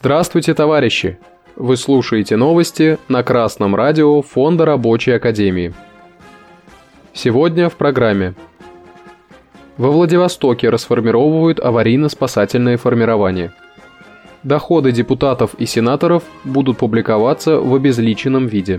Здравствуйте, товарищи! Вы слушаете новости на Красном радио Фонда Рабочей Академии. Сегодня в программе. Во Владивостоке расформировывают аварийно-спасательные формирования. Доходы депутатов и сенаторов будут публиковаться в обезличенном виде.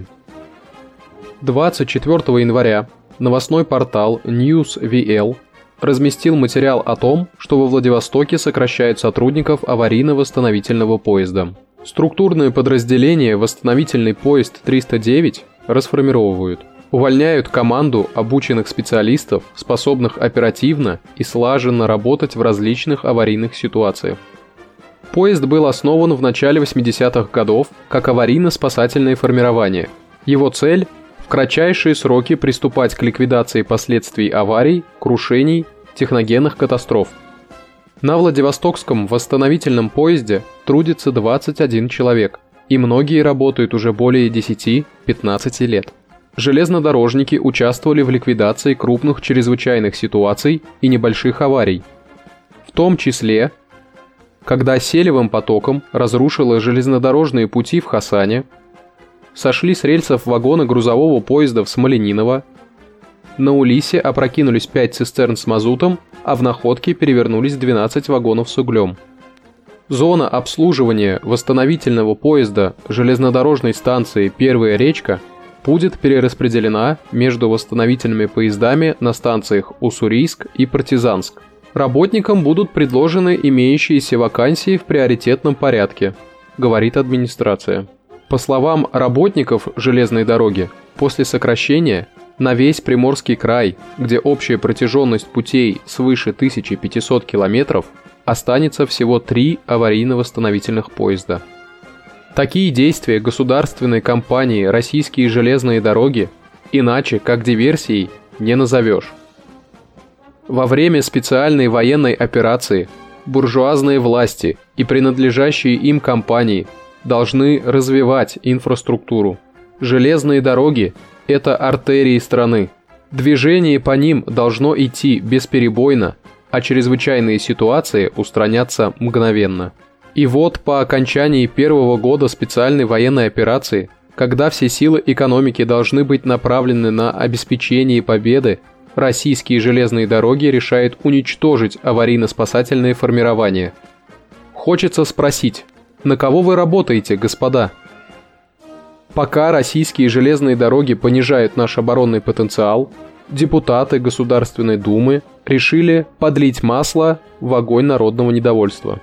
24 января новостной портал News.VL разместил материал о том, что во Владивостоке сокращают сотрудников аварийно-восстановительного поезда. Структурные подразделения «Восстановительный поезд 309» расформировывают. Увольняют команду обученных специалистов, способных оперативно и слаженно работать в различных аварийных ситуациях. Поезд был основан в начале 80-х годов как аварийно-спасательное формирование. Его цель – в кратчайшие сроки приступать к ликвидации последствий аварий, крушений, техногенных катастроф. На Владивостокском восстановительном поезде трудится 21 человек, и многие работают уже более 10-15 лет. Железнодорожники участвовали в ликвидации крупных чрезвычайных ситуаций и небольших аварий. В том числе, когда селевым потоком разрушило железнодорожные пути в Хасане, сошли с рельсов вагоны грузового поезда в Смолениново, на Улисе опрокинулись 5 цистерн с мазутом, а в Находке перевернулись 12 вагонов с углем. Зона обслуживания восстановительного поезда железнодорожной станции «Первая речка» будет перераспределена между восстановительными поездами на станциях Уссурийск и Партизанск. Работникам будут предложены имеющиеся вакансии в приоритетном порядке, говорит администрация. По словам работников железной дороги, после сокращения на весь Приморский край, где общая протяженность путей свыше 1500 километров, останется всего 3 аварийно-восстановительных поезда. Такие действия государственной компании «Российские железные дороги» иначе, как диверсией, не назовешь. Во время специальной военной операции буржуазные власти и принадлежащие им компании должны развивать инфраструктуру. Железные дороги – это артерии страны. Движение по ним должно идти бесперебойно, а чрезвычайные ситуации устраняться мгновенно. И вот по окончании первого года специальной военной операции, когда все силы экономики должны быть направлены на обеспечение победы, российские железные дороги решают уничтожить аварийно-спасательные формирования. Хочется спросить, на кого вы работаете, господа? Пока российские железные дороги понижают наш оборонный потенциал, депутаты Государственной Думы решили подлить масло в огонь народного недовольства.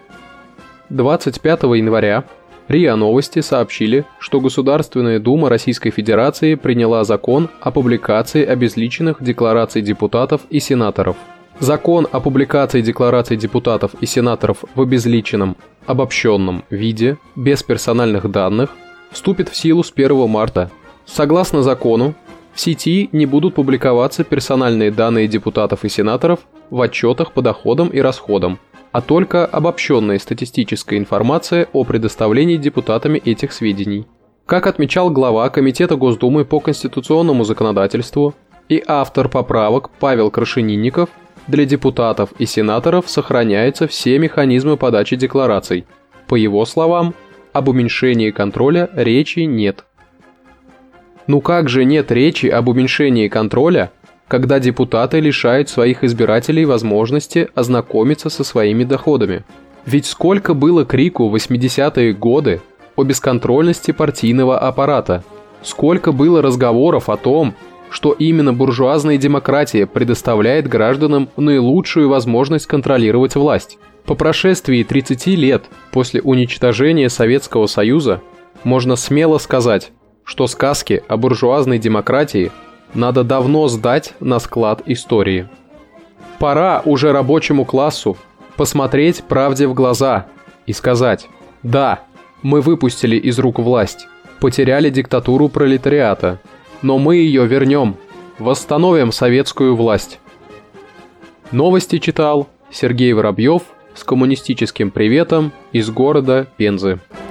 25 января РИА Новости сообщили, что Государственная Дума Российской Федерации приняла закон о публикации обезличенных деклараций депутатов и сенаторов. Закон о публикации деклараций депутатов и сенаторов в обезличенном, обобщенном виде, без персональных данных, вступит в силу с 1 марта. Согласно закону, в сети не будут публиковаться персональные данные депутатов и сенаторов в отчетах по доходам и расходам, а только обобщенная статистическая информация о предоставлении депутатами этих сведений. Как отмечал глава Комитета Госдумы по конституционному законодательству и автор поправок Павел Крашенинников, для депутатов и сенаторов сохраняются все механизмы подачи деклараций. По его словам, об уменьшении контроля речи нет. Ну как же нет речи об уменьшении контроля, когда депутаты лишают своих избирателей возможности ознакомиться со своими доходами? Ведь сколько было крику в 80-е годы о бесконтрольности партийного аппарата, сколько было разговоров о том, что именно буржуазная демократия предоставляет гражданам наилучшую возможность контролировать власть. По прошествии 30 лет после уничтожения Советского Союза можно смело сказать, что сказки о буржуазной демократии надо давно сдать на склад истории. Пора уже рабочему классу посмотреть правде в глаза и сказать: да, мы выпустили из рук власть, потеряли диктатуру пролетариата, но мы ее вернем, восстановим советскую власть. Новости читал Сергей Воробьев с коммунистическим приветом из города Пензы.